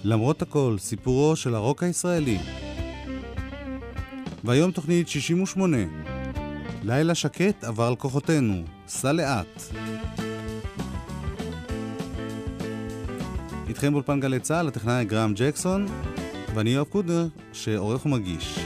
למרות הכל, סיפורו של הרוק הישראלי. והיום תוכנית 68. לילה שקט עבר על כוחותינו. סע לאט. איתכם באולפן גלי צהל, הטכנאי גרם ג'קסון, ואני יואב קודנר, שעורך ומגיש.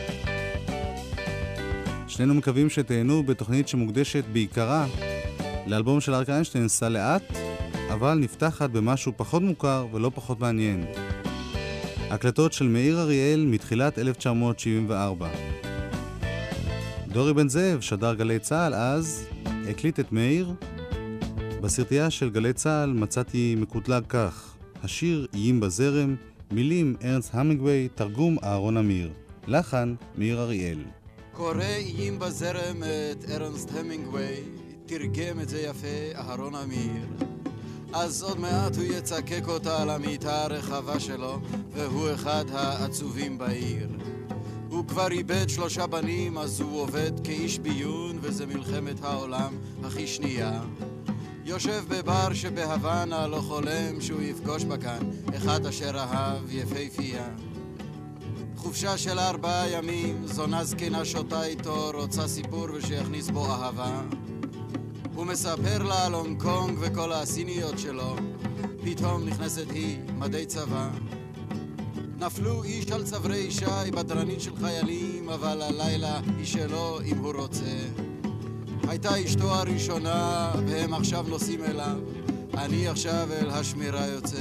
שנינו מקווים שתהנו בתוכנית שמוקדשת בעיקרה לאלבום של אריק איינשטיין, סע לאט, אבל נפתחת במשהו פחות מוכר ולא פחות מעניין. הקלטות של מאיר אריאל מתחילת 1974. דורי בן זאב, שדר גלי צהל אז, הקליט את מאיר. בסרטייה של גלי צהל מצאתי מקוטלג כך: השיר איים בזרם, מילים ארנסט המינגווי, תרגום אהרון אמיר, לחן מאיר אריאל. קורא איים בזרם את ארנסט המינגווי, תרגם את זה יפה אהרון אמיר. אז עוד מעט הוא יצקק אותה על המיטה הרחבה שלו, והוא אחד העצובים בעיר. הוא כבר איבד 3 בנים, אז הוא עובד כאיש ביון, וזה מלחמת העולם הכי שנייה. יושב בבר שבהוואנה, לא חולם שהוא יפגוש בה כאן אחד אשר אהב יפהפייה. חופשה של 4 ימים, זונה זקנה שותה איתו, רוצה סיפור ושיכניס בו אהבה. הוא מספר לה על הונג קונג וכל הסיניות שלו, פתאום נכנסת היא, מדי צבא. נפלו איש על צברי שי, בדרנית של חיילים, אבל הלילה היא שלו אם הוא רוצה. הייתה אשתו הראשונה, והם עכשיו נוסעים אליו, אני עכשיו אל השמירה יוצא.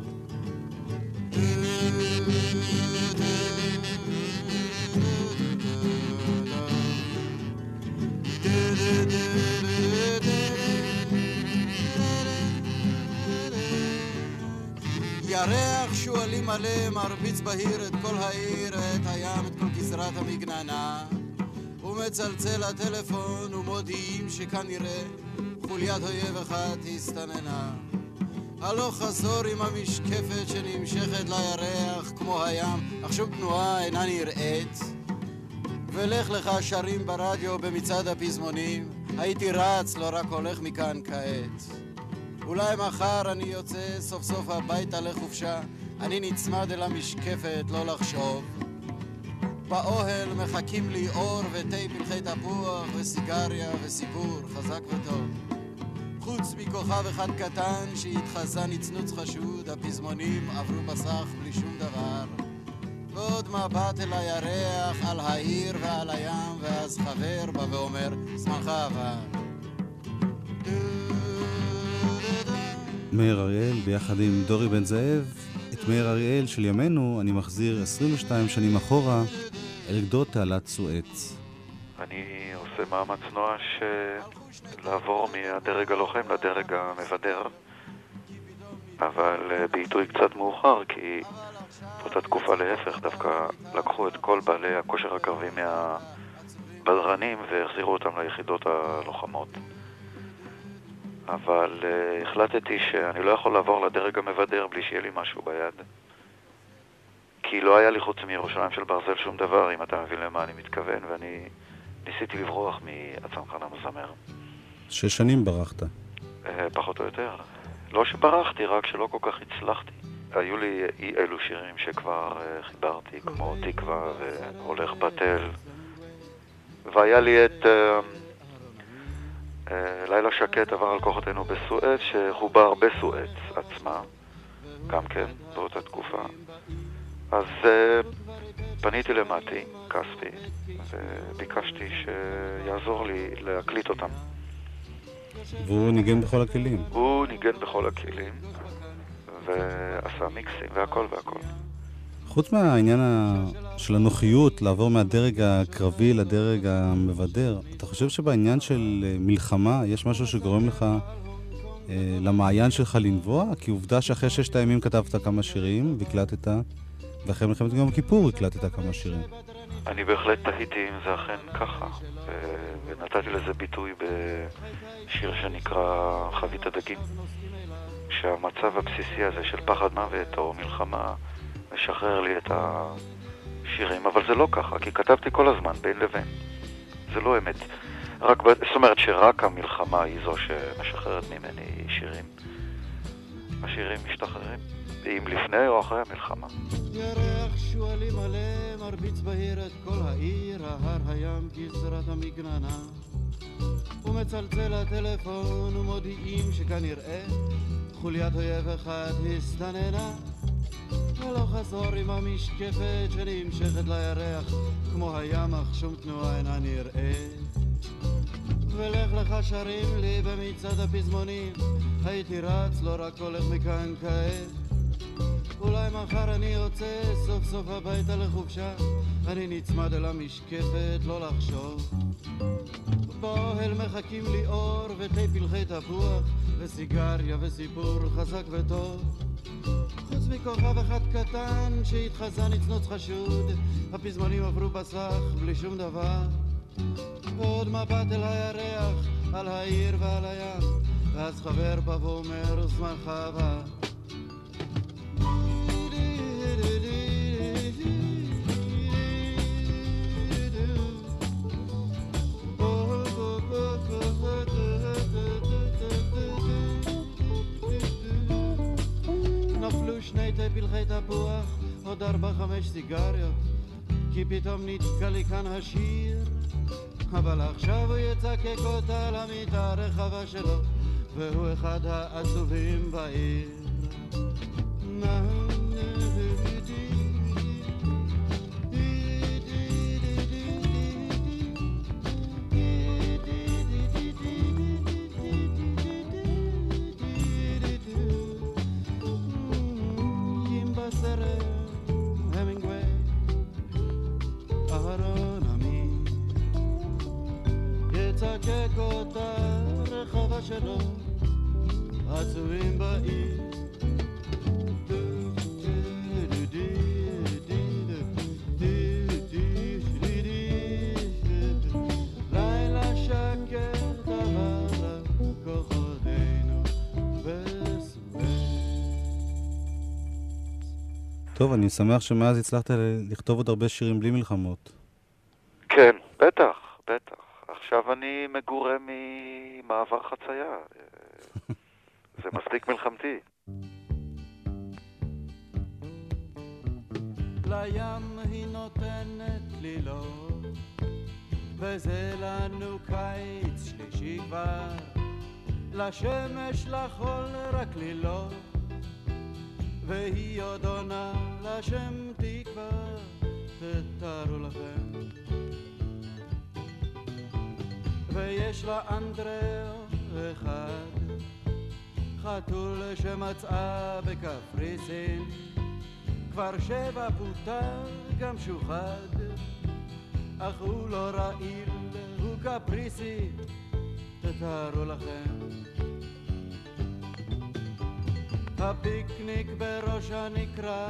ירח שואלים מלא, מרביץ בהיר את כל העיר, את הים, את כל כסרת המגננה. הוא מצלצל לטלפון ומודיעים שכנראה חוליית אויב אחת הסתננה. הלוך חזור עם המשקפת שנמשכת לירח כמו הים, אך שום תנועה אינה נראית. ולך לך שרים ברדיו במצעד הפזמונים, הייתי רץ, לא רק הולך מכאן כעת. אולי מחר אני יוצא סוף סוף הביתה לחופשה, אני נצמד אל המשקפת לא לחשוב. באוהל מחכים לי אור ותה פלחי תפוח וסיגריה וסיפור חזק וטוב. חוץ מכוכב אחד קטן שהתחזה נצנוץ חשוד, הפזמונים עברו בסך בלי שום דבר. ועוד מבט אל הירח, על העיר ועל הים, ואז חבר בא ואומר, זמנך עבר. מאיר אריאל ביחד עם דורי בן זאב. את מאיר אריאל של ימינו אני מחזיר 22 שנים אחורה אל גדות תעלת סואץ. אני עושה מאמץ נואש לעבור מהדרג הלוחם לדרג המבדר, אבל בעיתוי קצת מאוחר, כי באותה תקופה להפך דווקא לקחו את כל בעלי הכושר הקרבי מהבדרנים והחזירו אותם ליחידות הלוחמות. אבל החלטתי שאני לא יכול לעבור לדרג המבדר בלי שיהיה לי משהו ביד, כי לא היה לי חוץ מירושלים של ברזל שום דבר, אם אתה מבין למה אני מתכוון, ואני ניסיתי לברוח מהצנחן המזמר. 6 שנים ברחת? פחות או יותר. לא שברחתי, רק שלא כל כך הצלחתי. היו לי אי אלו שירים שכבר חיברתי, כמו תקווה והולך בטל, והיה לי את לילה שקט עבר על כוחותינו בסואץ, שחובר בסואץ עצמה, גם כן, באותה תקופה. אז פניתי למתי, כספי, וביקשתי שיעזור לי להקליט אותם. והוא ניגן בכל הכלים? הוא ניגן בכל הכלים, ועשה מיקסים והכל והכל. חוץ מהעניין של הנוחיות, לעבור מהדרג הקרבי לדרג המבדר, אתה חושב שבעניין של מלחמה יש משהו שגורם לך למעיין שלך לנבוע? כי עובדה שאחרי 6 הימים כתבת כמה שירים והקלטת, ואחרי מלחמת יום כיפור הקלטת כמה שירים. אני בהחלט תהיתי אם זה אכן ככה, ונתתי לזה ביטוי בשיר שנקרא חבית הדגים, שהמצב הבסיסי הזה של פחד מוות או מלחמה משחרר לי את השירים, אבל זה לא ככה, כי כתבתי כל הזמן בין לבין. זה לא אמת. זאת אומרת שרק המלחמה היא זו שמשחררת ממני שירים. השירים משתחררים. אם לפני או אחרי המלחמה. ירח שואלים עליהם, מרביץ בהיר את כל העיר, ההר הים גזרת המגננה. ומצלצל הטלפון ומודיעים שכנראה חוליית אויב אחד הסתננה. ולא חזור עם המשקפת שנמשכת לירח כמו הים, אך שום תנועה אינה נראית. ולך לך שרים לי במצעד הפזמונים, הייתי רץ, לא רק הולך מכאן כעת. אולי מחר אני יוצא סוף סוף הביתה לחופשה, אני נצמד אל המשקפת לא לחשוב. באוהל מחכים לי אור ותי פלחי תפוח וסיגריה וסיפור חזק וטוב. חוץ מכוכב אחד קטן שהתחזה נצנוץ חשוד, הפזמונים עברו בסך בלי שום דבר. ועוד מבט אל הירח, על העיר ועל הים, ואז חבר בא ואומר זמנך עבר. נפלו שני תי פלחי תפוח, עוד 4-5 סיגריות, כי פתאום נתקע לי כאן השיר. אבל עכשיו הוא יצקק אותה למיטה הרחבה שלו, והוא אחד העצובים בעיר. אם בסרט המינגווי אהרון אמין יצקק אותה רחבה שלו, עצובים בעיר. לילה שקט עבר כוחותינו וסבב. טוב, אני שמח שמאז הצלחת לכתוב עוד הרבה שירים בלי מלחמות. כן, בטח, בטח. עכשיו אני מגורה ממעבר חצייה. זה מספיק מלחמתי. לים היא נותנת לילות, וזה לנו קיץ שלישי כבר, לשמש לחול רק לילות, והיא עוד עונה לשם תקווה, תתארו לכם. ויש לה אנדריאו אחד, חתול שמצאה בקפריסין, כבר 7 פוטר גם שוחד, אך הוא לא רעיל, הוא קפריסי, תתארו לכם. הפיקניק בראש הנקרה,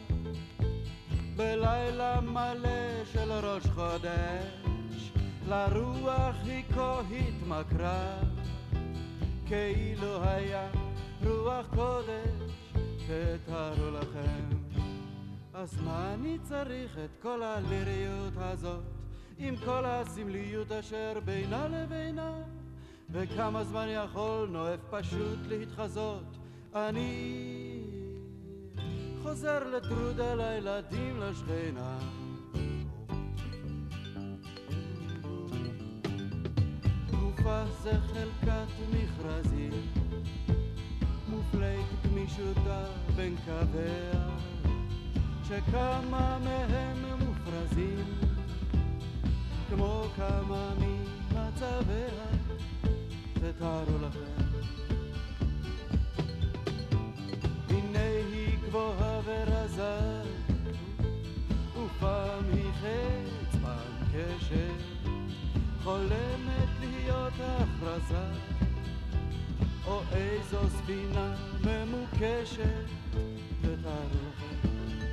בלילה מלא של ראש חודש, לרוח היא כה התמכרה, כאילו היה רוח קודש, תתארו לכם. אז מה אני צריך את כל הליריות הזאת, עם כל הסמליות אשר בינה לבינה, וכמה זמן יכול נואף פשוט להתחזות. אני חוזר לטרודה, לילדים, לשכנה. גופה זה חלקת מכרזים, מופלית גמישותה בין קוויה, שכמה מהם מופרזים, כמו כמה ממצביה, תתארו לכם. הנה היא גבוהה ורזה, ופעם היא חץ, פעם קשת, חולמת להיות הכרזה, או איזו ספינה ממוקשת, תתארו לכם.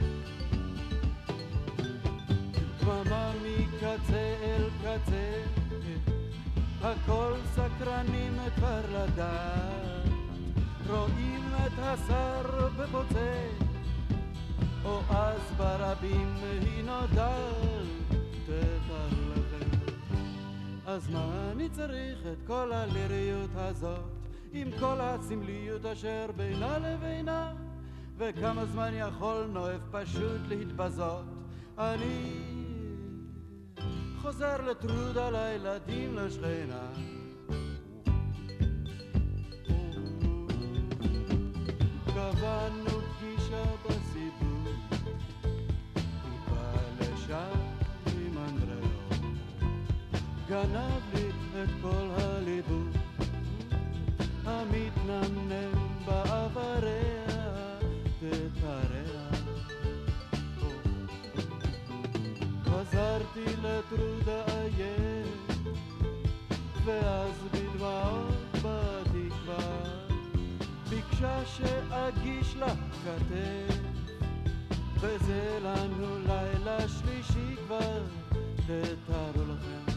דממה מקצה אל קצה, הכל סקרנים כבר לדעת, רואים את השר בפוצץ, או אז ברבים היא נודעת, תתארו לכם. אז מה אני צריך את כל הליריות הזאת, עם כל הסמליות אשר בינה לבינה, וכמה זמן יכולנו פשוט להתבזות. אני חוזר לטרודה לילדים לשכנה, קבענו פגישה בסיבוב, טיפה לשם עם אנדריאו, גנב לי את כל הליבוב, המתנמנם בעבריה תתרע. חזרתי לטרודה עייף, ואז בדמעות בתקווה ביקשה שאגיש לה כתף, וזה לנו לילה שלישי כבר, תתארו לכם.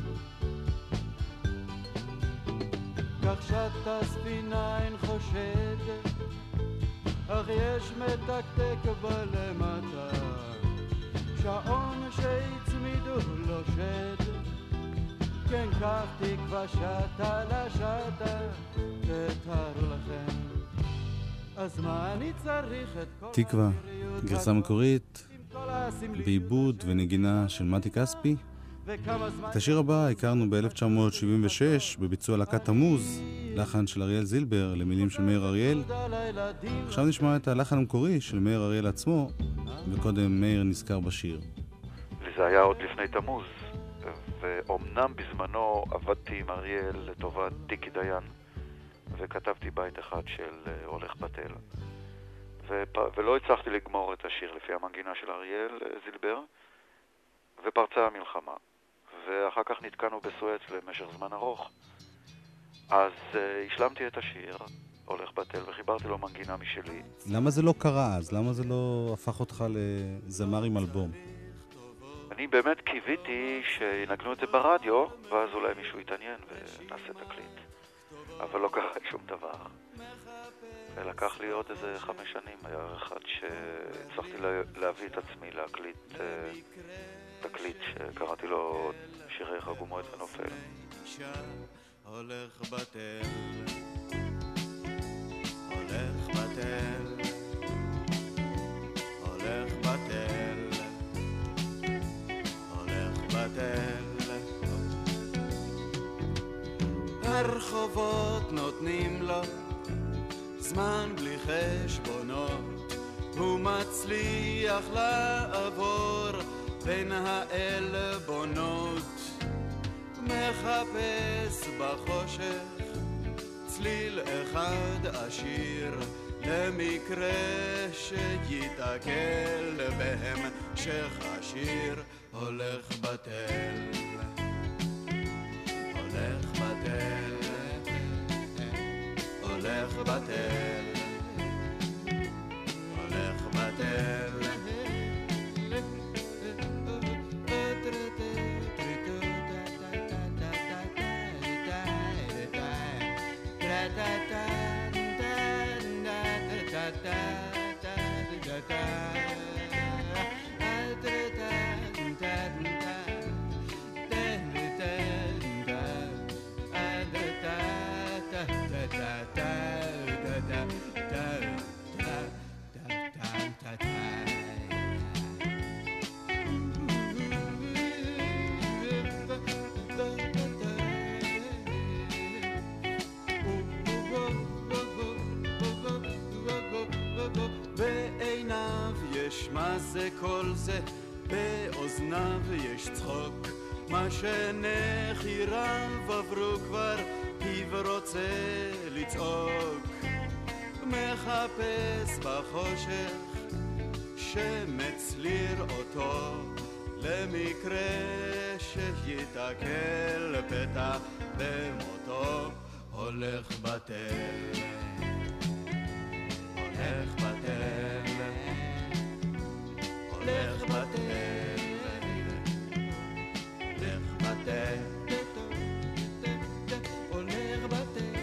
כך שטה ספינה אין חושד, אך יש מתקתק בלמטה, שעון שהצמידו לו שד, כן כך תקווה שטה לשטה, תתארו לכם. אז מה אני צריך את כל תקווה, גרסה מקורית בעיבוד ונגינה של מתי כספי. את השיר הבא הכרנו ב-1976 בביצוע להקת תמוז, לחן של אריאל זילבר למילים של מאיר אריאל. עכשיו נשמע את הלחן המקורי של מאיר אריאל עצמו, וקודם מאיר נזכר בשיר. זה היה עוד לפני תמוז, ואומנם בזמנו עבדתי עם אריאל לטובת טיקי דיין, וכתבתי בית אחד של הולך בתל, ולא הצלחתי לגמור את השיר לפי המנגינה של אריאל זילבר, ופרצה המלחמה, ואחר כך נתקענו בסואץ למשך זמן ארוך. אז השלמתי את השיר הולך בתל וחיברתי לו מנגינה משלי. למה זה לא קרה אז? למה זה לא הפך אותך לזמר עם אלבום? אני באמת קיוויתי שינגנו את זה ברדיו, ואז אולי מישהו יתעניין ונעשה תקליט, אבל לא קרה שום דבר. ולקח לי עוד איזה 5 שנים, היה אחד שהצלחתי להביא את עצמי להקליט תקליט שקראתי לו שירי חג ומועד ונופל. הולך בתל, הולך בתל, הולך בתל, הולך בתל. הרחובות נותנים לו זמן בלי חשבונות, הוא מצליח לעבור בין העלבונות, מחפש בחושך צליל אחד עשיר, למקרה שיתקל בהמשך השיר. הולך בתל, הולך בתל, הולך בתל, הולך בתל. מה זה כל זה? באוזניו יש צחוק, מה שנחיריו עברו כבר, פיו רוצה לצעוק, מחפש בחושך שמצליר אותו, למקרה שיתקל פתע במותו. הולך בתל, הולך בתל, הולך בתל, הולך בתל, הולך בתל.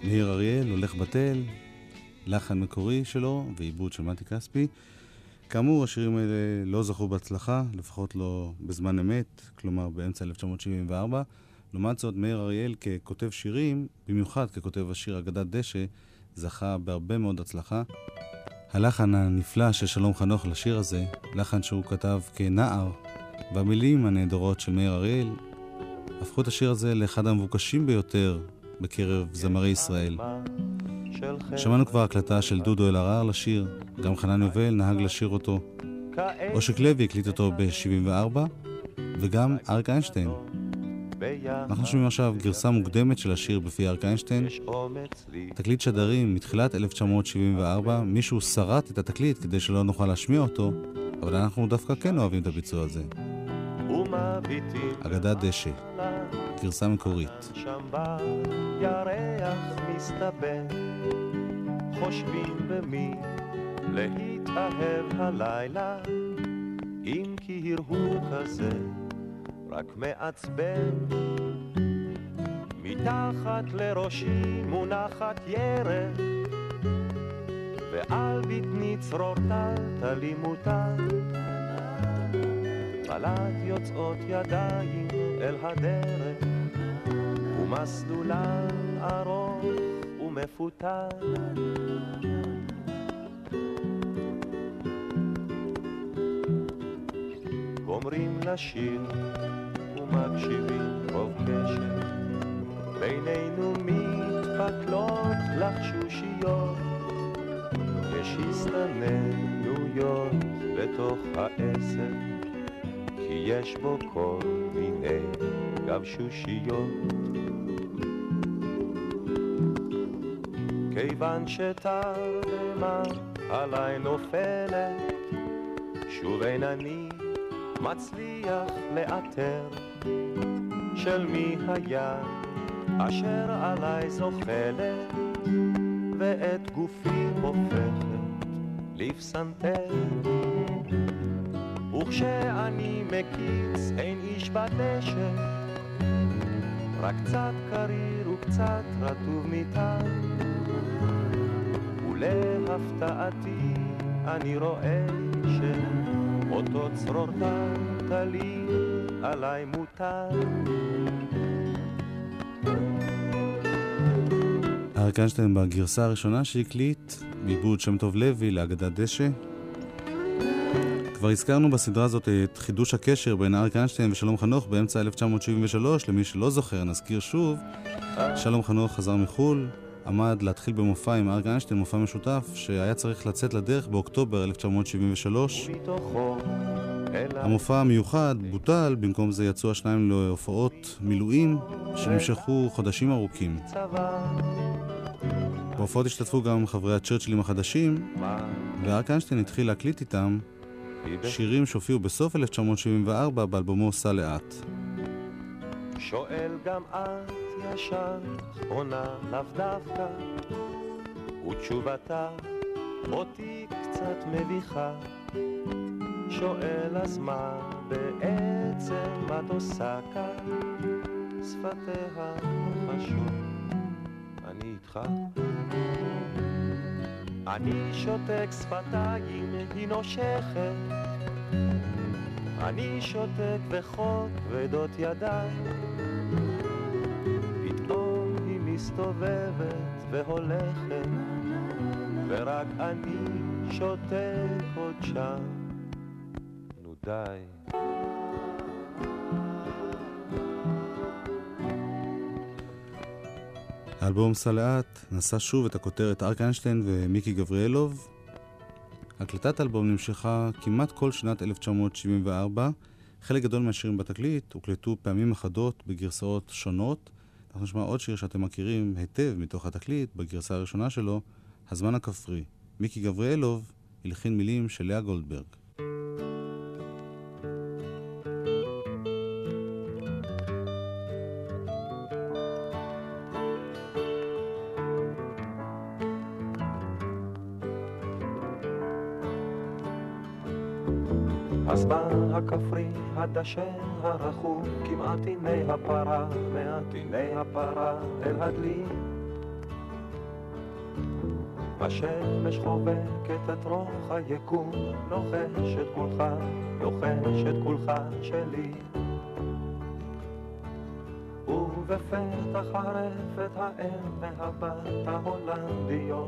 מאיר אריאל, הולך בתל, לחן מקורי שלו ועיבוד של מתי כספי. כאמור, השירים האלה לא זכו בהצלחה, לפחות לא בזמן אמת, כלומר באמצע 1974. לעומת זאת, מאיר אריאל ככותב שירים, במיוחד ככותב השיר אגדת דשא, זכה בהרבה מאוד הצלחה. הלחן הנפלא של שלום חנוך לשיר הזה, לחן שהוא כתב כנער, והמילים הנהדרות של מאיר אריאל, הפכו את השיר הזה לאחד המבוקשים ביותר בקרב זמרי ישראל. שמענו כבר הקלטה של דודו אלהרר לשיר, גם חנן יובל נהג לשיר אותו, אושיק לוי הקליט אותו ב-74, וגם אריק איינשטיין. אנחנו שומעים עכשיו גרסה מוקדמת של השיר בפי אריק איינשטיין, תקליט שדרים מתחילת 1974, מישהו שרט את התקליט כדי שלא נוכל להשמיע אותו, אבל אנחנו דווקא כן אוהבים את הביצוע הזה. אגדת דשא, גרסה מקורית. ירח מסתבר, חושבים במי להתאהב הלילה, אם כי הרהור כזה רק מעצבן. מתחת לראשי מונחת ירק, ועל בטני צרור טלטלי מוטל, בלט יוצאות ידיים אל הדרך, ומסלולה ארוך ומפותל. גומרים לשיר ומקשיבים רוב קשר, בינינו מתפתלות לחשושיות, יש הסתננויות בתוך העסק, כי יש בו כל מיני גבשושיות. כיוון שתרדמה עליי נופלת, שוב אין אני מצליח לאתר של מי היה אשר עליי זוחלת, ואת גופי הופכת לפסנתר. וכשאני מקיץ אין איש בדשא, רק קצת קריר וקצת רטוב מיטל, ולהפתעתי אני רואה שאותו צרור טלטלי עליי מוטל. אריק איינשטיין בגרסה הראשונה שהקליט בעיבוד שם טוב לוי לאגדת דשא. כבר הזכרנו בסדרה הזאת את חידוש הקשר בין אריק איינשטיין ושלום חנוך באמצע 1973. למי שלא זוכר, נזכיר שוב, שלום חנוך חזר מחול, עמד להתחיל במופע עם אריק איינשטיין, מופע משותף שהיה צריך לצאת לדרך באוקטובר 1973. המופע המיוחד בוטל, במקום זה יצאו השניים להופעות מילואים שנמשכו חודשים ארוכים. בהופעות השתתפו גם חברי הצ'רצ'ילים החדשים, ואריק איינשטיין התחיל להקליט איתם שירים שהופיעו בסוף 1974 באלבומו סע לאט. שואל גם את ישר, עונה לאו דווקא, ותשובתה אותי קצת מביכה. שואל אז מה בעצם את עושה כאן, שפתיה חשוב, אני איתך. אני שותק שפתיים, היא נושכת, אני שותק וחוק כבדות ידיים, פתאום היא מסתובבת והולכת, ורק אני שותק עוד שם. נו די. האלבום סע לאט נשא שוב את הכותרת אריק איינשטיין ומיקי גבריאלוב. הקלטת האלבום נמשכה כמעט כל שנת 1974. חלק גדול מהשירים בתקליט הוקלטו פעמים אחדות בגרסאות שונות. אנחנו נשמע עוד שיר שאתם מכירים היטב מתוך התקליט בגרסה הראשונה שלו, הזמן הכפרי. מיקי גבריאלוב הלחין מילים של לאה גולדברג. הזמן הכפרי, הדשא הרחוק, כמעט עיני הפרה, מעט עיני הפרה אל הדלי. השמש חובקת את רוח היקום, לוחש את כולך, לוחש את כולך שלי. ובפתח הרפת האם והבת ההולנדיות,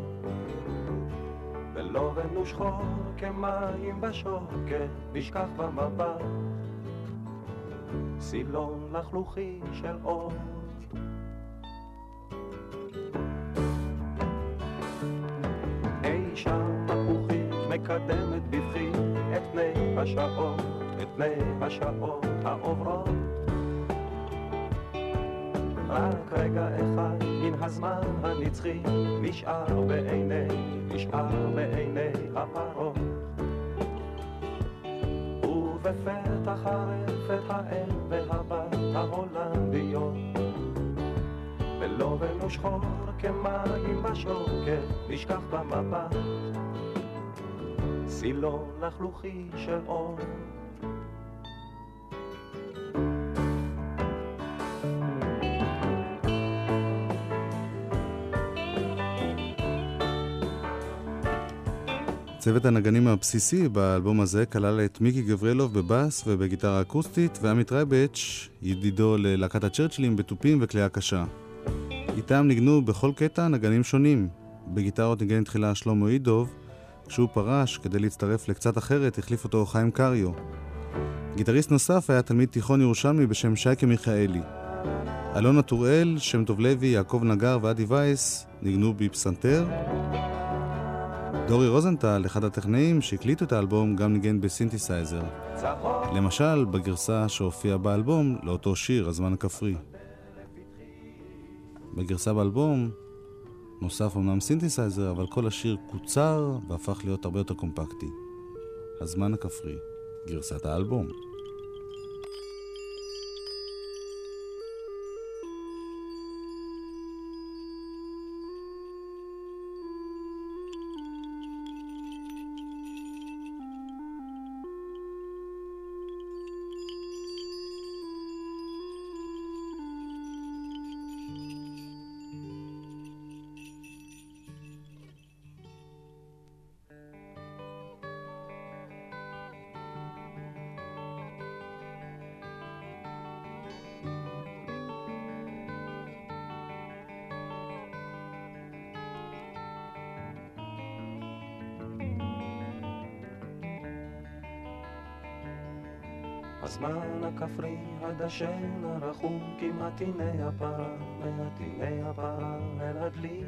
ולובן ושחור כמים בשוקת, נשכח במבט סילון לחלוכי של אור. אי שם מפוחית מקדמת בבכי את פני השעות, את פני השעות העוברות. רק רגע אחד מן הזמן הנצחי נשאר בעיני הפרות. ובפתח הרפת האם והבת ההולנדיות, ולובן ושחור כמים בשוקת, נשכח במבט סילון לחלוכי של אור. צוות הנגנים הבסיסי באלבום הזה כלל את מיקי גברלוב בבאס ובגיטרה אקוסטית, ועמית רייבץ', ידידו ללהקת הצ'רצ'ילים, בתופים וכלי הקשה. איתם ניגנו בכל קטע נגנים שונים. בגיטרות ניגן תחילה שלמה אידוב, כשהוא פרש כדי להצטרף לקצת אחרת החליף אותו חיים קריו. גיטריסט נוסף היה תלמיד תיכון ירושלמי בשם שייקה מיכאלי. אלונה טוראל, שם טוב לוי, יעקב נגר ועדי וייס ניגנו בפסנתר. דורי רוזנטל, אחד הטכנאים שהקליטו את האלבום, גם ניגן בסינתסייזר. למשל, בגרסה שהופיעה באלבום לאותו שיר, הזמן הכפרי. בגרסה באלבום נוסף אמנם סינתסייזר, אבל כל השיר קוצר והפך להיות הרבה יותר קומפקטי. הזמן הכפרי, גרסת האלבום. הזמן הכפרי הדשן הרחום, כמעט הנה הפרה, מעט הנה הפרה אל הדלי.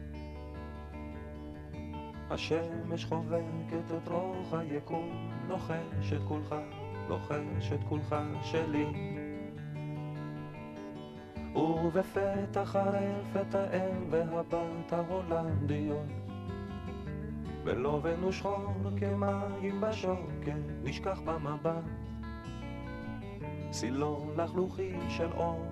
השמש חובקת את רוח היקום, לוחש את כולך, לוחש את כולך שלי. ובפתח הרפת האם והבת ההולנדיות, ולובן ושחור כמים בשוקת, נשכח במבט סילון לחלוכי של אור.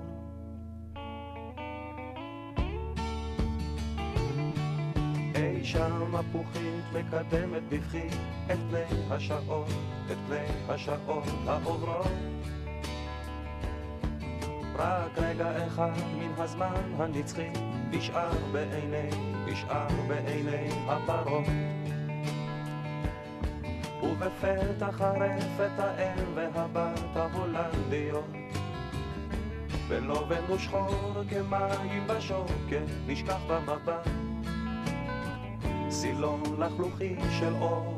אי שם מפוחית מקדמת בבכי את פני השעות, את פני השעות העוברות. רק רגע אחד מן הזמן הנצחי נשאר בעיני הפרות. ובפתח הרפת האם והבת ההולנדיות, ולובן ושחור כמים בשוקת, נשכח במבט סילון לחלוכי של אור.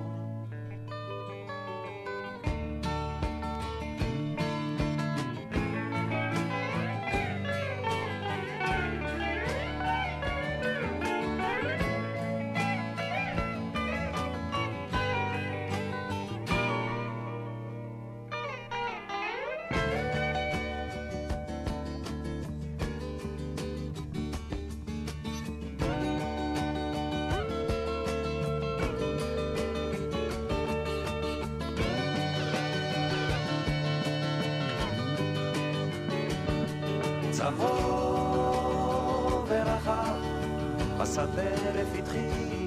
צהוב ורחב השדה לפתחי,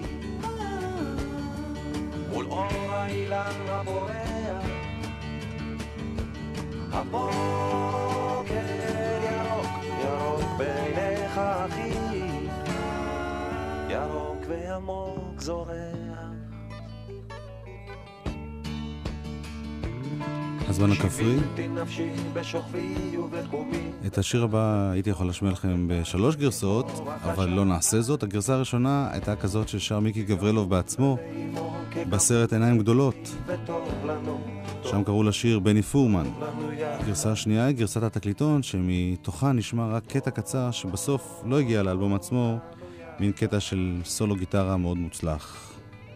מול אור האילן הבורח, הבוקר ירוק, ירוק בעיניך אחי, ירוק מקווה עמוק זורח. הזמן הכפרי. שיביתי נפשי בשוכבי ובקומי. את השיר הבא הייתי יכול לשמיע לכם בשלוש גרסאות, אבל לא נעשה זאת. הגרסה הראשונה הייתה כזאת ששר מיקי גברלוב בעצמו בסרט עיניים גדולות. שם קראו לשיר בני פורמן. הגרסה השנייה היא גרסת התקליטון, שמתוכה נשמע רק קטע קצר שבסוף לא הגיע לאלבום עצמו, מין קטע של סולו גיטרה מאוד מוצלח.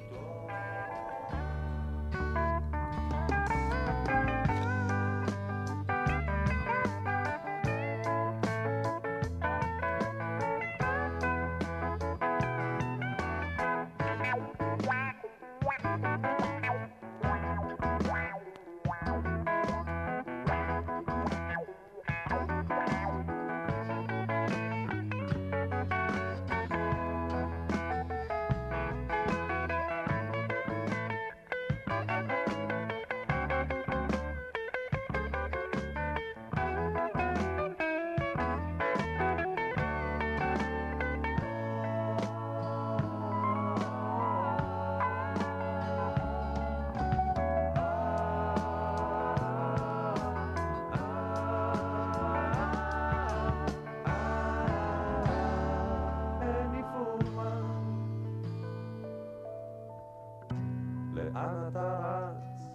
לאן אתה רץ?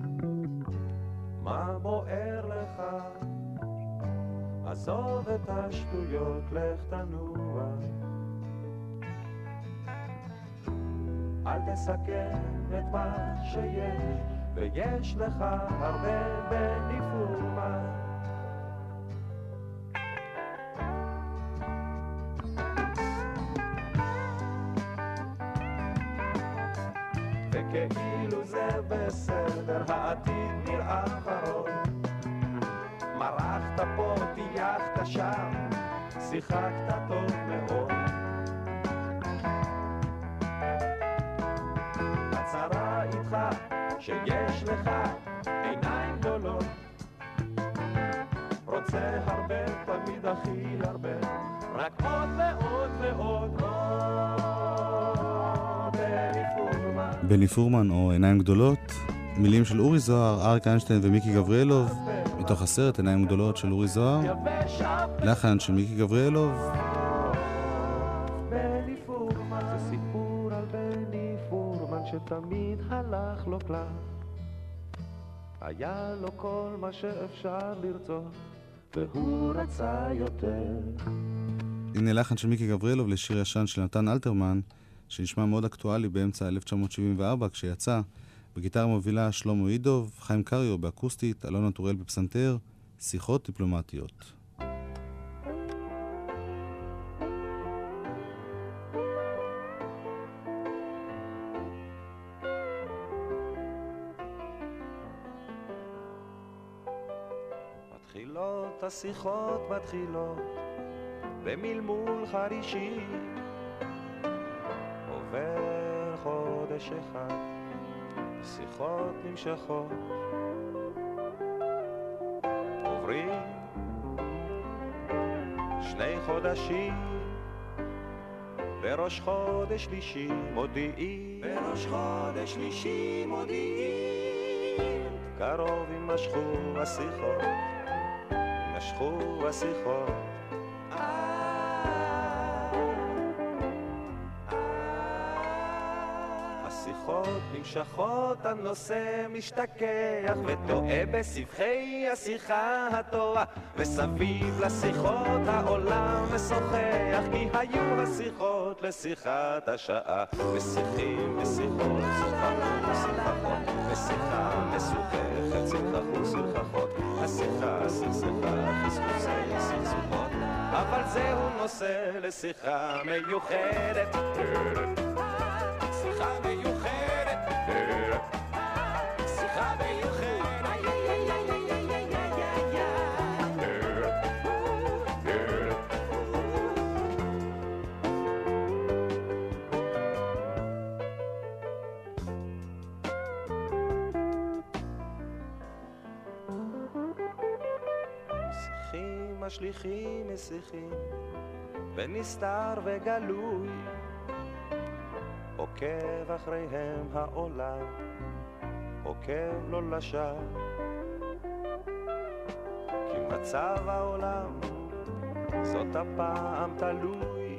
מה בוער לך? עזוב את השטויות, לך תנוע. אל תסכן את מה שיש, ויש לך הרבה בני פורמן. וכאילו זה בסדר, העתיד נראה ורוד. מרחת פה, טייחת שם, שיחקת טוב מאוד. הצרה איתך שיש לך עיניים גדולות, רוצה הרבה, תמיד הכי הרבה, רק עוד ועוד ועוד בני פורמן. בני פורמן או עיניים גדולות, מילים של אורי זוהר, אריק איינשטיין ומיקי גבריאלוב, מתוך הסרט עיניים גדולות של אורי זוהר, לחן של מיקי גבריאלוב. בני פורמן זה סיפור על בני פורמן שתמיד הלך לו כלל, היה לו כל מה שאפשר לרצות והוא רצה יותר. הנה לחן של מיקי גבריאלוב לשיר ישן של נתן אלתרמן, שנשמע מאוד אקטואלי באמצע 1974 כשיצא, בגיטרה מובילה שלמה אידוב, חיים קריו באקוסטית, אלון נטורל בפסנתר, שיחות דיפלומטיות. מתחילות השיחות מתחילות במלמול חרישי, עובר חודש אחד, שיחות נמשכות, עוברים 2 חודשים, בראש חודש שלישי מודיעים, בראש חודש שלישי מודיעים, קרוב יימשכו השיחות, יימשכו השיחות. השיחות נמשכות, הנושא משתכח וטועה בסבכי השיחה הטובה, וסביב לשיחות העולם משוחח, כי היו השיחות לשיחת השעה, ושיחים ושיחות שוחחו שיחכות, ושיחה משוחחת שיחכו שיחכות, השיחה סכסכה חסכוסי סכסוכות, אבל זהו נושא לשיחה מיוחדת, שיחה מיוחדת, שיחה מיוחדת. משיחים משליחים משיחים, ונסתר וגלוי, עוקב אחריהם העולם, עוקב לא לשווא, כי מצב העולם זאת הפעם תלוי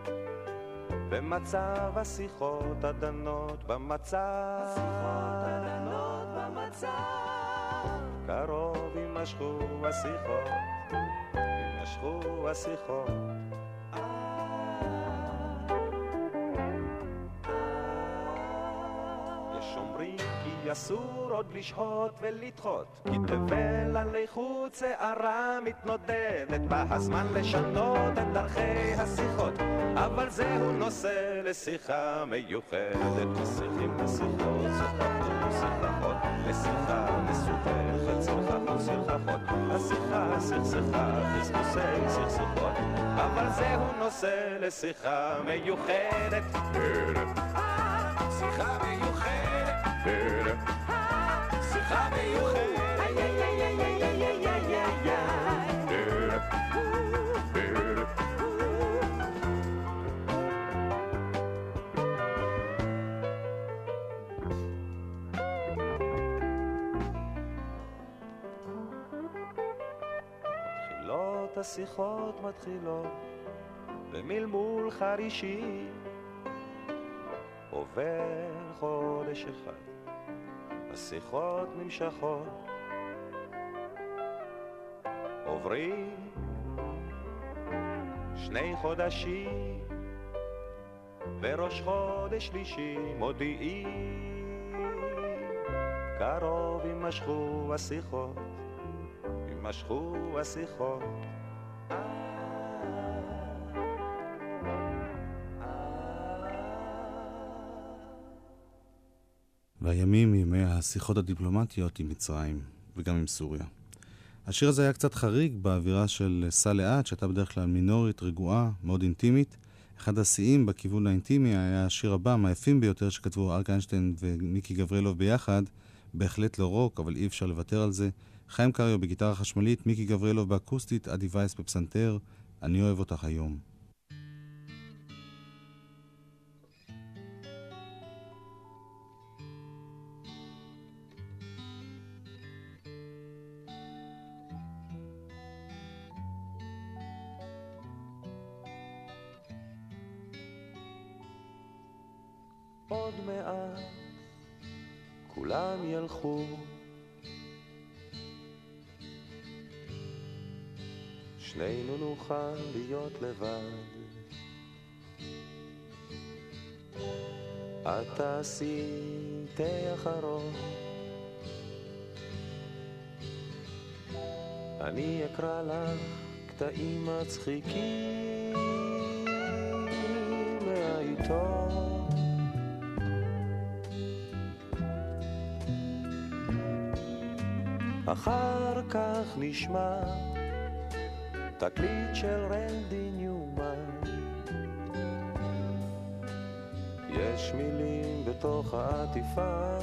במצב השיחות הדנות במצב, קרוב יימשכו השיחות, יימשכו השיחות. יש אומרים כי אסור עוד לשהות ולדחות, כי תבל עלי חוץ שערה מתנודדת, בא הזמן לשנות את דרכי השיחות, אבל זהו נושא לשיחה מיוחדת. משיחים לשיחות, שוחחים ושיחחות, לשיחה מסובכת, שיחחו שיחחות, השיחה סכסכה, חסקוסי סכסוכות, אבל זהו נושא לשיחה מיוחדת. שיחה מיוחדת, שיחה מיוחדת, מתחילות השיחות מתחילות במלמול חרישי, עובר חודש אחד, השיחות נמשכות, עוברים 2 חודשים, וראש חודש שלישי מודיעים, קרוב יימשכו השיחות, יימשכו השיחות. והימים ימי השיחות הדיפלומטיות עם מצרים וגם עם סוריה. השיר הזה היה קצת חריג באווירה של סע לאט, שהייתה בדרך כלל מינורית, רגועה, מאוד אינטימית. אחד השיאים בכיוון האינטימי היה השיר הבא, מהיפים ביותר שכתבו אריק איינשטיין ומיקי גברילוב ביחד, בהחלט לא רוק, אבל אי אפשר לוותר על זה. חיים קריו בגיטרה חשמלית, מיקי גברילוב באקוסטית, עדי וייס בפסנתר, אני אוהב אותך היום. עוד מעט כולם ילכו, שנינו נוכל להיות לבד, את תעשי תה אחרון, אני אקרא לך קטעים מצחיקים מהעיתון, אחר כך נשמע תקליט של רנדי ניומן, יש מילים בתוך העטיפה,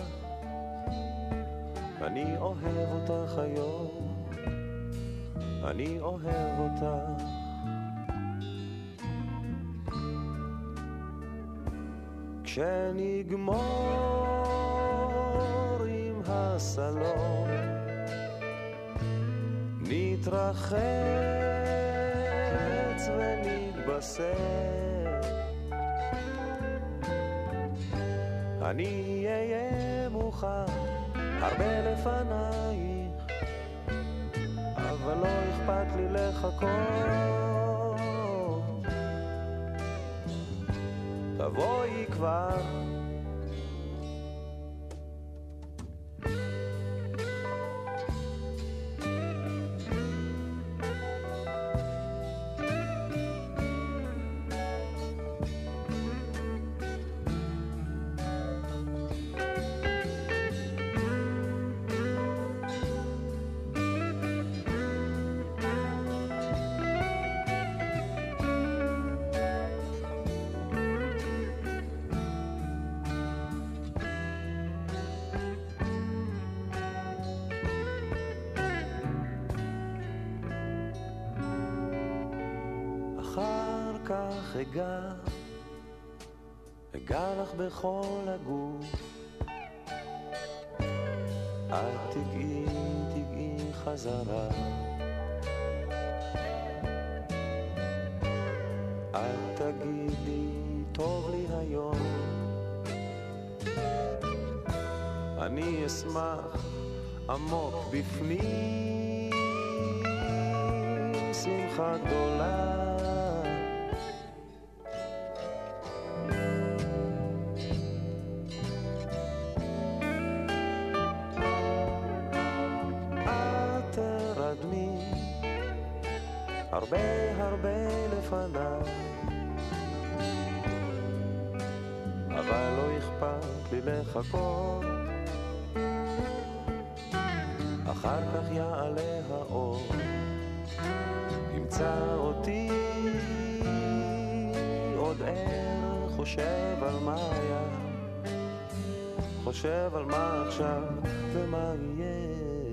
אני אוהב אותך היום, אני אוהב אותך, כשנגמור עם הסלון נתרחץ ונתבשר, אני אהיה מוכן הרבה לפנייך, אבל לא אכפת לי לחכות, תבואי כבר, אחר כך אגע אגע לך בכל הגוף, את תגעי, תגעי חזרה, את תגידי טוב לי היום, אני אשמח עמוק בפנים, שמחה גדולה, את תרדמי הרבה הרבה לפניי, אבל לא אכפת לי לחכות, אחר כך יעלה האור, ימצא אותי עוד ער, חושב על מה היה, חושב על מה עכשיו ומה יהיה.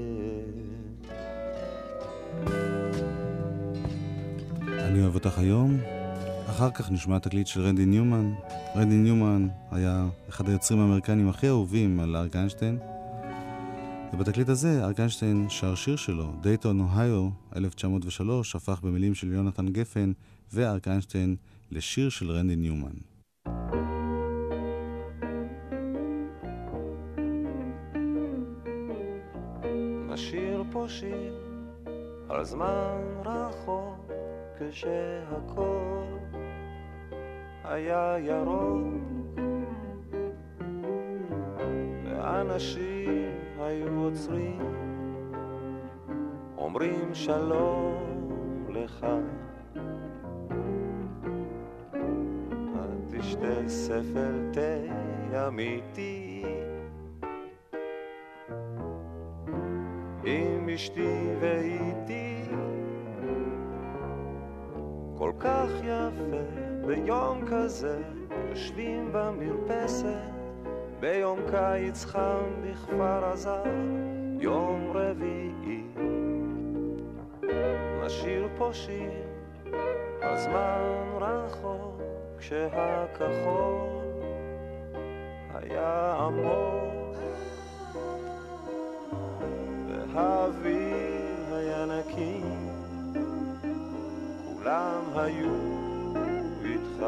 אני אוהב אותך היום. אחר כך נשמע תקליט של רנדי ניומן. רנדי ניומן היה אחד היוצרים האמריקנים הכי אהובים על אריק איינשטיין, ובתקליט הזה אריק איינשטיין שר שיר שלו, דייטון אוהיו 1903, הפך במילים של יונתן גפן ואריק איינשטיין לשיר של רנדי ניומן. נשיר פה שיר על זמן רחוק, כשהכל היה ירוק ואנשים היו עוצרים, אומרים שלום לך, את תשתה ספל תה אמיתי עם אשתי ואיתי, כל כך יפה ביום כזה, יושבים במרפסת ביום קיץ חם בכפר עזה, יום רביעי, נשיר פה שיר על זמן רחוק, כשהכחול היה עמוק והאוויר היה נקי, כולם היו איתך,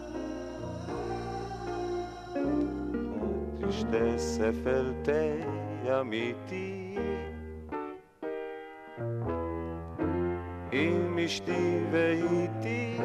תשתה ספל תה אמיתי עם אשתי ואיתי,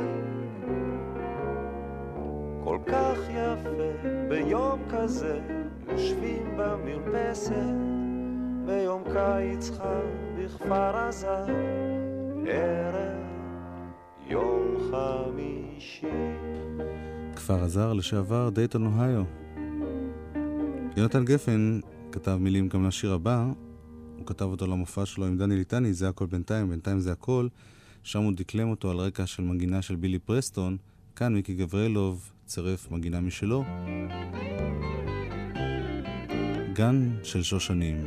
כל כך יפה ביום כזה, יושבים במרפסת ביום קיץ חם בכפר עזה, ערב יום חמישי. כפר עזר לשעבר, דייטון אוהיו. יונתן גפן כתב מילים גם לשיר הבא, הוא כתב אותו למופע שלו עם דני ליטני, זה הכל בינתיים, בינתיים זה הכל, שם הוא דקלם אותו על רקע של מנגינה של בילי פרסטון, כאן מיקי גבריאלוב צירף מנגינה משלו, גן של שושנים.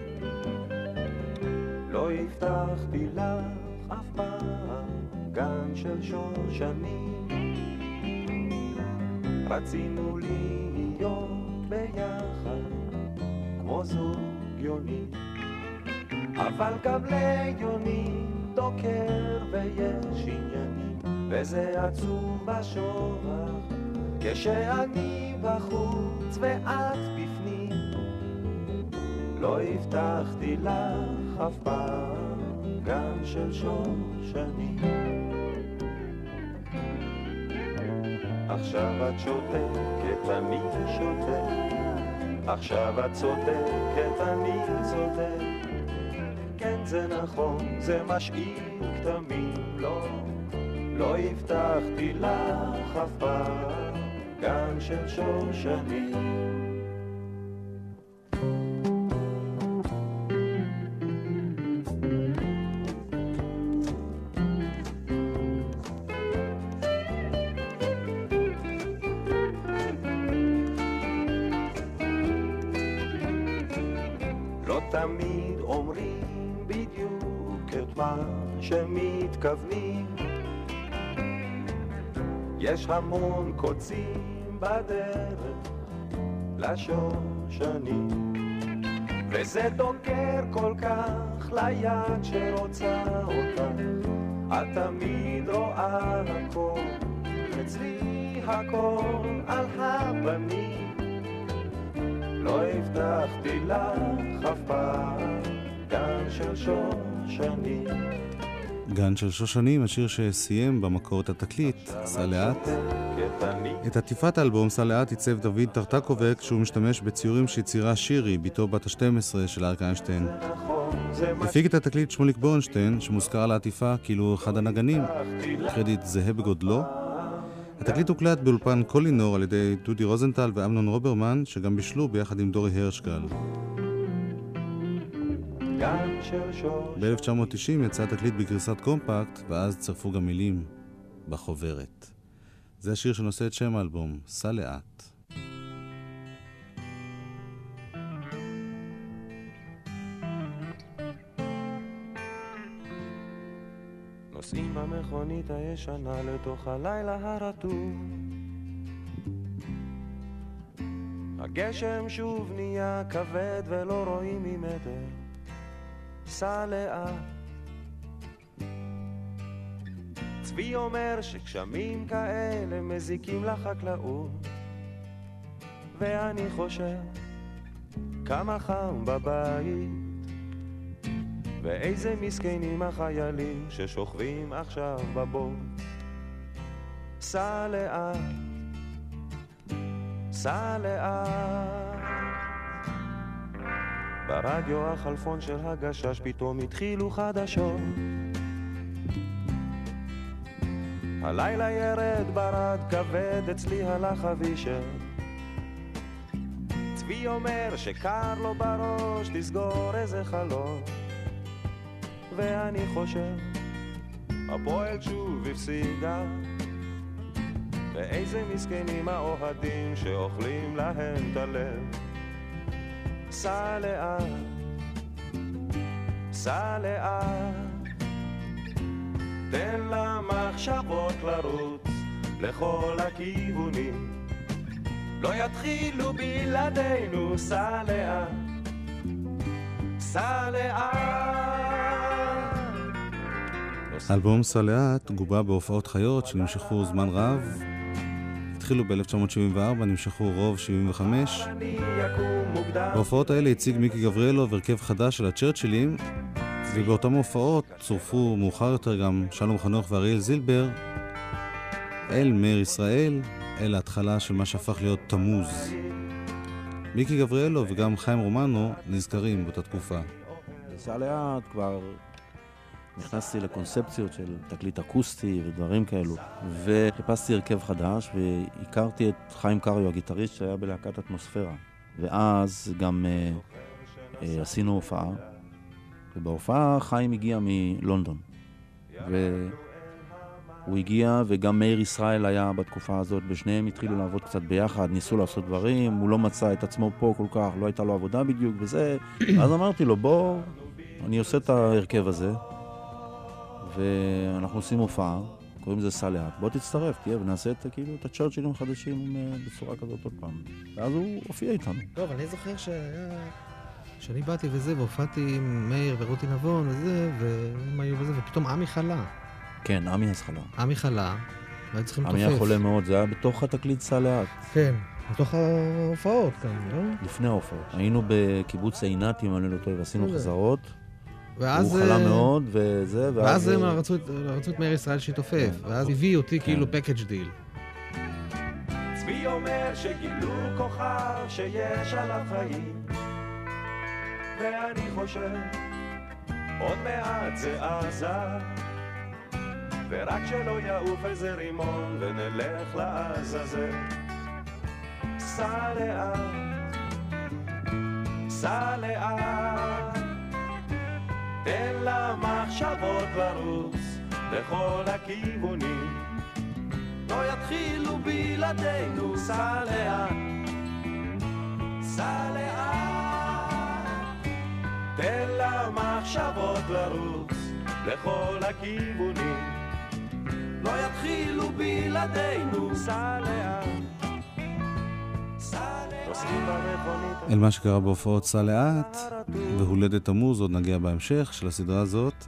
לא הבטחתי לך אף פעם גן של שושנים, רצינו להיות ביחד כמו זוג יוני, אבל גם ליוני דוקר ויש עניינים, וזה עצוב בשורח כשאני בחוץ ואת בפנים. לא הבטחתי לך אף פעם גן של שושנים, עכשיו את שותקת, אני שותק, עכשיו את צודקת, אני צודק, כן זה נכון, זה משאיר כתמים, לא הבטחתי לך אף פעם גן של שושנים. תמיד אומרים בדיוק את מה שמתכוונים, יש המון קוצים בדרך לשושנים, וזה דוקר כל כך ליד שרוצה אותה. את תמיד רואה הכל, אצלי הכל על הבנים. לא הבטחתי לך אף פעם גן של שושנים. גן של שושנים, השיר שסיים במקור את התקליט, סע לאט. את עטיפת האלבום סע לאט עיצב דוד טרטקובר כשהוא משתמש בציורים שיצירה שירי, ביתו בת ה-12 של אריק איינשטיין. הפיק את התקליט שמוליק בורנשטיין, שמוזכר על העטיפה כאילו אחד הנגנים, קרדיט זהה בגודלו. התקליט הוקלט באולפן קולינור על ידי דודי רוזנטל ואמנון רוברמן, שגם בישלו ביחד עם דורי הרשגל. ב-1990 יצא התקליט בגרסת קומפקט, ואז צרפו גם מילים בחוברת. זה השיר שנושא את שם האלבום, סע לאט. נוסעים במכונית הישנה לתוך הלילה הרטוב, הגשם שוב נהיה כבד ולא רואים ממטר. סע לאט. צבי אומר שגשמים כאלה מזיקים לחקלאות, ואני חושב כמה חם בבית, ואיזה מסכנים החיילים ששוכבים עכשיו בבוט. סע לאט, סע לאט. ברדיו החלפון של הגשש פתאום התחילו חדשות. הלילה ירד ברד כבד, אצלי הלך אבישר. צבי אומר שקר לו בראש, תסגור איזה חלון. ואני חושב הפועל שוב הפסידה, ואיזה מסכנים האוהדים שאוכלים להם את הלב. סע לאט, סע לאט, תן למחשבות לרוץ לכל הכיוונים, לא יתחילו בלעדינו. סע לאט, סע לאט. האלבום סע לאט גובה בהופעות חיות שנמשכו זמן רב. התחילו ב-1974, נמשכו רוב 75. בהופעות האלה הציג מיקי גבריאלוב הרכב חדש של הצ'רצ'ילים, ובאותם הופעות צורפו מאוחר יותר גם שלום חנוך ואריאל זילבר אל מאיר ישראל, אל ההתחלה של מה שהפך להיות תמוז. מיקי גבריאלוב וגם חיים רומנו נזכרים באותה תקופה. סע לאט כבר נכנסתי לקונספציות של תקליט אקוסטי ודברים כאלו, וחיפשתי הרכב חדש, והכרתי את חיים קריו, הגיטריסט שהיה בלהקת אטמוספירה. ואז גם עשינו הופעה, ובהופעה חיים הגיע מלונדון. והוא הגיע, וגם מאיר ישראל היה בתקופה הזאת, בשניהם התחילו לעבוד קצת ביחד, ניסו לעשות דברים, הוא לא מצא את עצמו פה כל כך, לא הייתה לו עבודה בדיוק, וזה. אז אמרתי לו, בוא, אני עושה את ההרכב הזה, ואנחנו עושים הופעה, קוראים לזה סע לאט, בוא תצטרף, תהיה, ונעשה את, כאילו, את הצ'רצ'ילים החדשים בצורה כזאת עוד פעם. ואז הוא הופיע איתנו. טוב, אני זוכר שאני באתי וזה, והופעתי עם מאיר ורותי נבון וזה, והם היו וזה, ופתאום עמי חלה. כן, עמי אז חלה. עמי חלה, והיו צריכים לתופף. עמי היה חולה מאוד, זה היה בתוך התקליט סע לאט. כן, בתוך ההופעות כאן, לא? לפני ההופעות. היינו בקיבוץ עינת, אם אני לא טועה, ועשינו חזרות. ואז הוא חלה מאוד, וזה, ואז הם רצו את מאיר ישראל שיתופף, ואז הביא אותי כאילו פקאג' דיל. צבי אומר שגילו כוכב שיש עליו חיים, ואני חושב עוד מעט זה עזה, ורק שלא יעוף איזה רימון ונלך לעזאזל. סע לאט, סע לאט, תן למחשבות לרוץ לכל הכיוונים, לא יתחילו בלעדינו. סע לאט, סע לאט, תן למחשבות לרוץ לכל הכיוונים, לא יתחילו בלעדינו. סע לאט, אל מה שקרה בהופעות סע לאט והולדת תמוז, עוד נגיע בהמשך של הסדרה הזאת.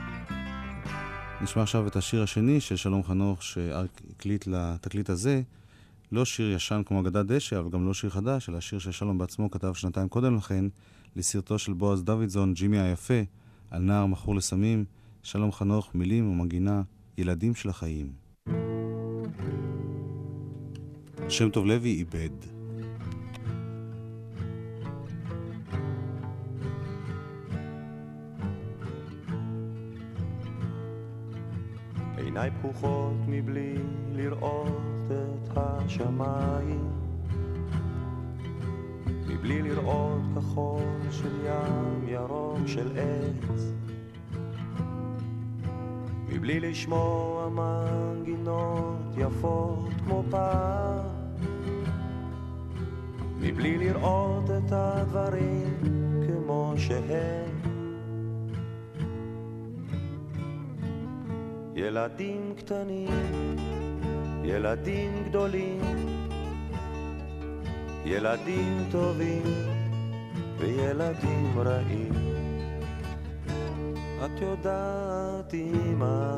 נשמע עכשיו את השיר השני של שלום חנוך שהקליט לתקליט הזה. לא שיר ישן כמו אגדת דשא, אבל גם לא שיר חדש, אלא שיר ששלום בעצמו כתב שנתיים קודם לכן לסרטו של בועז דוידזון, ג'ימי היפה, על נער מכור לסמים. שלום חנוך, מילים ומגינה, ילדים של החיים. שם טוב לוי איבד. עיניי פקוחות מבלי לראות את השמיים, מבלי לראות כחול של ים, ירוק של עץ, מבלי לשמוע מנגינות יפות כמו פעם, מבלי לראות את הדברים כמו שהם. ילדים קטנים, ילדים גדולים, ילדים טובים וילדים רעים. את יודעת אמא,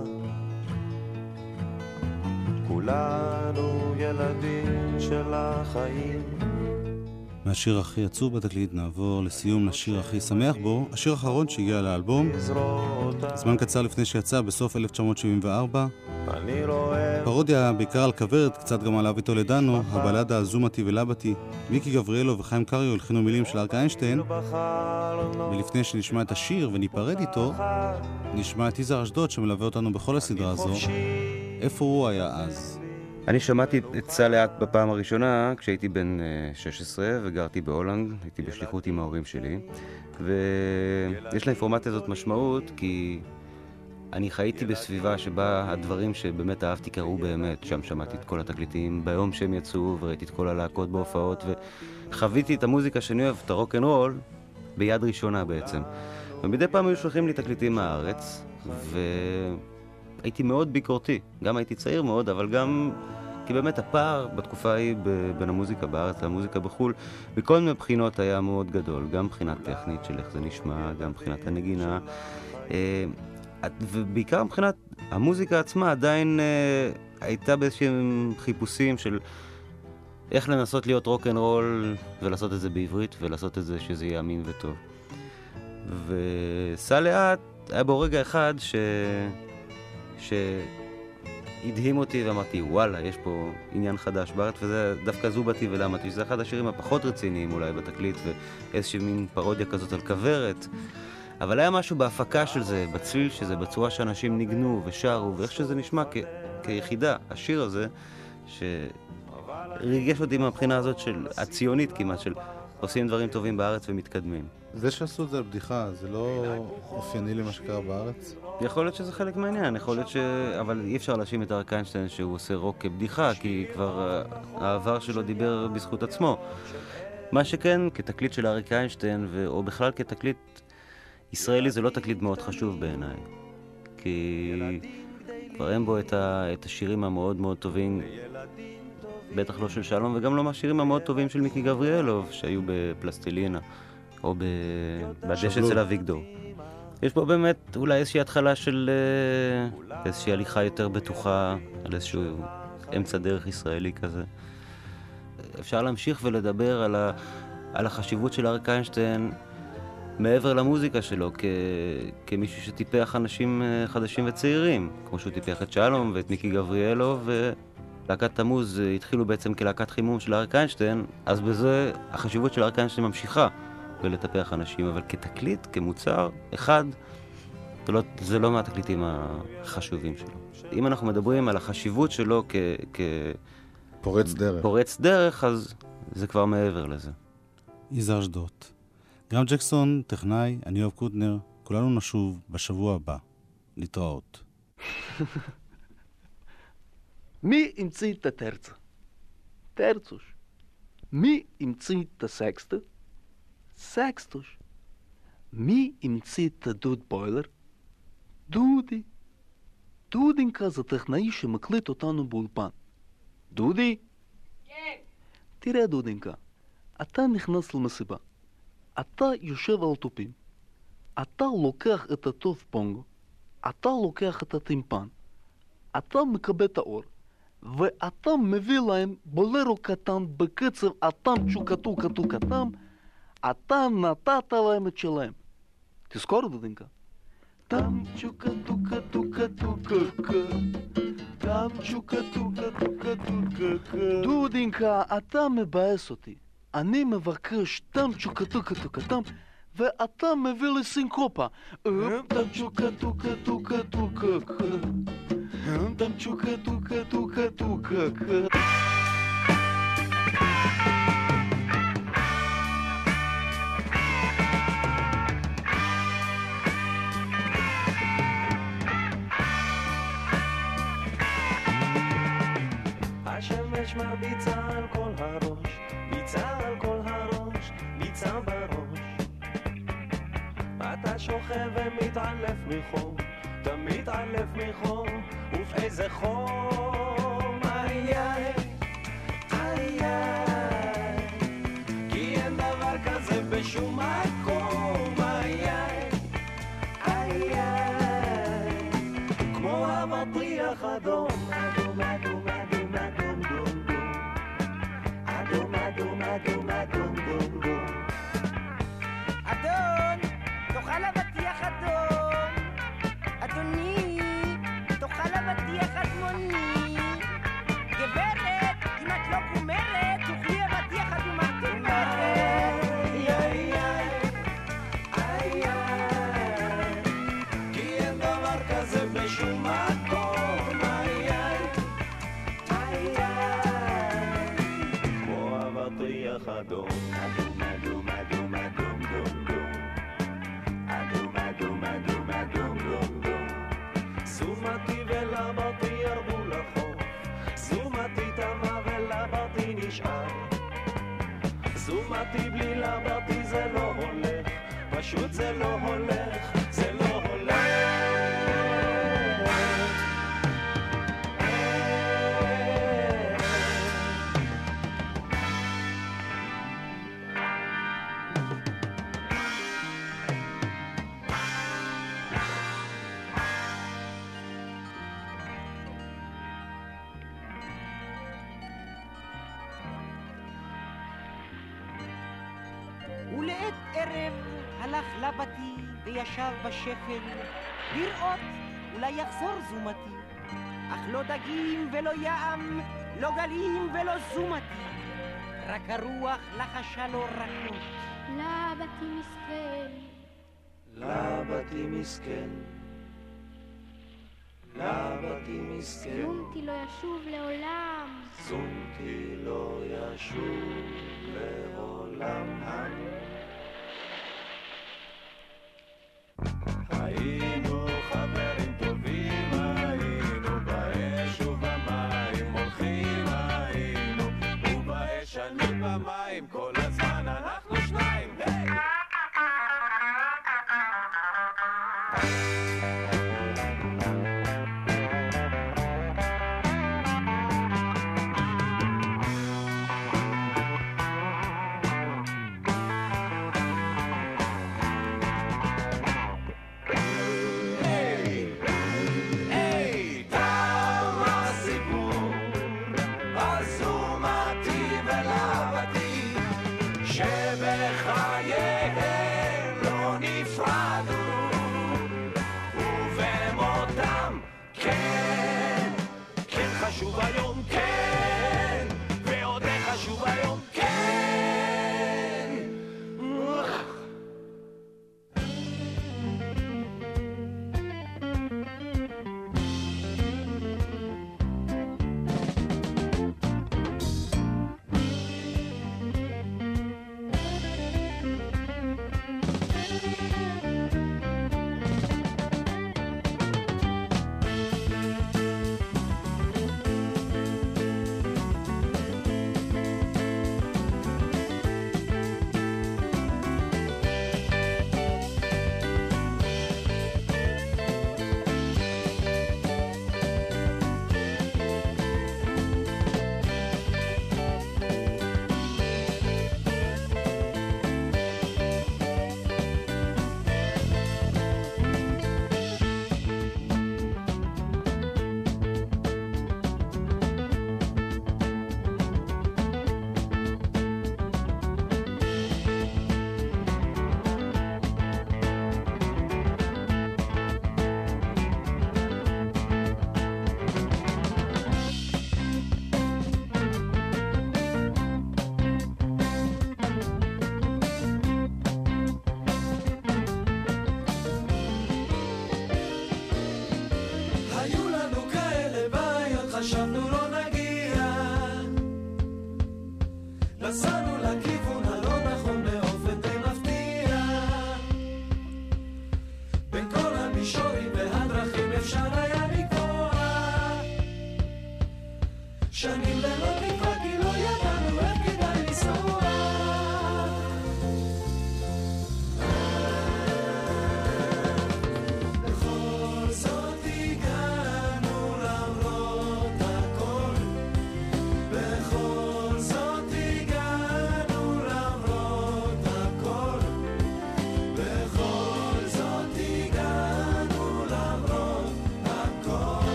כולנו ילדים של החיים. מהשיר הכי עצוב בתקליט נעבור לסיום לשיר הכי שמח בו, השיר האחרון שהגיע לאלבום, זמן קצר לפני שיצא בסוף 1974. פרודיה בעיקר על כברת, קצת גם על אבי טולדנו, הבלדה זומתי ולבתי. מיקי גבריאלו וחיים קריו הלחינו מילים של אריק איינשטיין. ולפני שנשמע את השיר וניפרד איתו, נשמע את יזהר אשדוד שמלווה אותנו בכל הסדרה הזו. איפה הוא היה אז? אני שמעתי את סע לאט בפעם הראשונה כשהייתי בן 16 וגרתי בהולנד, הייתי בשליחות עם ההורים שלי, ויש לאינפורמציה הזאת משמעות כי אני חייתי בסביבה שבה הדברים שבאמת אהבתי קרו באמת. שם שמעתי את כל התקליטים ביום שהם יצאו וראיתי את כל הלהקות בהופעות וחוויתי את המוזיקה שאני אוהב, את הרוק-אנד-רול, ביד ראשונה בעצם. ומדי פעם היו שולחים לי תקליטים מהארץ והייתי מאוד ביקורתי, גם הייתי צעיר מאוד, אבל גם כי באמת הפער בתקופה ההיא בין המוזיקה בארץ למוזיקה בחול בכל מיני בחינות היה מאוד גדול, גם בחינה טכנית של איך זה נשמע, גם בחינת הנגינה, ובעיקר מבחינת המוזיקה עצמה עדיין הייתה באיזשהם חיפושים של איך לנסות להיות רוק-אנד-רול ולעשות את זה בעברית ולעשות את זה שזה יהיה אמין וטוב. וסע לאט היה בו רגע אחד שהדהים אותי ואמרתי וואלה, יש פה עניין חדש בארץ, וזה דווקא זובתי ולמתי, שזה אחד השירים הפחות רציניים אולי בתקליט ואיזושהי מין פרודיה כזאת על כברת, אבל היה משהו בהפקה של זה, בצליל שזה, בצורה שאנשים ניגנו ושרו ואיך שזה נשמע כיחידה, השיר הזה שריגש אותי מהבחינה הזאת של הציונית כמעט, של עושים דברים טובים בארץ ומתקדמים. זה שעשו את זה לבדיחה, זה לא אופייני למה שקרה בארץ? יכול להיות שזה חלק מהעניין, יכול להיות אבל אי אפשר להאשים את אריק איינשטיין שהוא עושה רוק כבדיחה, כי כבר העבר שלו דיבר בזכות עצמו. מה שכן, כתקליט של אריק איינשטיין, או בכלל כתקליט ישראלי, זה לא תקליט מאוד חשוב בעיניי. כי כבר אין בו את השירים המאוד מאוד טובים, בטח לא של שלום, וגם לא מהשירים המאוד טובים של מיקי גבריאלוב, שהיו בפלסטלינה, או בדשא אצל אביגדור. יש פה באמת אולי איזושהי התחלה של איזושהי הליכה יותר בטוחה, על איזשהו אמצע דרך ישראלי כזה. אפשר להמשיך ולדבר על החשיבות של אריק איינשטיין מעבר למוזיקה שלו, כמישהו שטיפח אנשים חדשים וצעירים, כמו שהוא טיפח את שלום ואת מיקי גבריאלוב, להקת תמוז התחילו בעצם כלהקת חימום של אריק איינשטיין, אז בזה החשיבות של אריק איינשטיין ממשיכה ולטפח אנשים, אבל כתקליט, כמוצר אחד, זה לא מהתקליטים החשובים שלו. אם אנחנו מדברים על החשיבות שלו פורץ דרך, אז זה כבר מעבר לזה. יזהר אשדוד. גרם ג'קסון, טכנאי, אני אוהב קוטנר, כולנו נשוב בשבוע הבא. להתראות. מי המציא את הטרצה? טרצוש. מי המציא את הסקסטה? סקסטוש. מי המציא את הדוד בוילר? דודי. דודינקה זה טכנאי שמקליט אותנו באולפן. דודי? כן. תראה דודינקה, אתה נכנס למסיבה, אתה יושב על טופים, אתה לוקח את הטוב פונג, אתה לוקח את הטימפן, אתה מקבל את האור, ואתה מביא להם בולרו קטן בקצב אטם צ'וקטו קטו קטם, אתה נתת להם את שלהם. תזכור דודינקה. טם צ'וקטו קטו קטו קקה, טם צ'וקטו קטו קטו קקה. דודינקה, אתה מבאס אותי. אני מבקש טם צ'וקטו קטו קטם, ואתה מביא לי סינקופה. טם צ'וקטו קטו קטו קקה, טם צ'וקטו קטו קטו קקה. השמש מרביצה על כל הראש, ביצה על כל הראש, ביצה בראש. אתה שוכב ומתעלף מחום, אתה מתעלף מחום, ובאיזה חום. איי איי, איי איי, כי אין דבר כזה בשום מקום. איי איי, איי איי, כמו המטריח אדום, אדום אדום אדום אדום דום דום, אדום אדום אדום אדום דום דום. אדון, תאכל אבטיח אדון, אדוני, תאכל אבטיח אדמוני. גברת, אם את לא קומרת, תאכלי אבטיח אדומתומרת. איי איי איי איי, כי אין דבר כזה בשום מקום. איי איי איי איי, כמו אבטיח אדום, אדום אדום אדום אדום דום דום, אדום אדום אדום אדום דום דום. זומתי ולבתי ירדו לחוף, זומתי תמה ולבתי נשאר. זומתי בלי לבתי זה לא הולך, פשוט זה לא הולך, זה לא הולך. ולעת ערב הלך לבתי וישב בשפל לראות אולי יחזור זומתי, אך לא דגים ולא ים, לא גלים ולא זומתי, רק הרוח לחשה לו רכות. לבתי מסכן, לבתי מסכן, לבתי מסכן, זומתי לא ישוב לעולם. זומתי לא ישוב לעולם.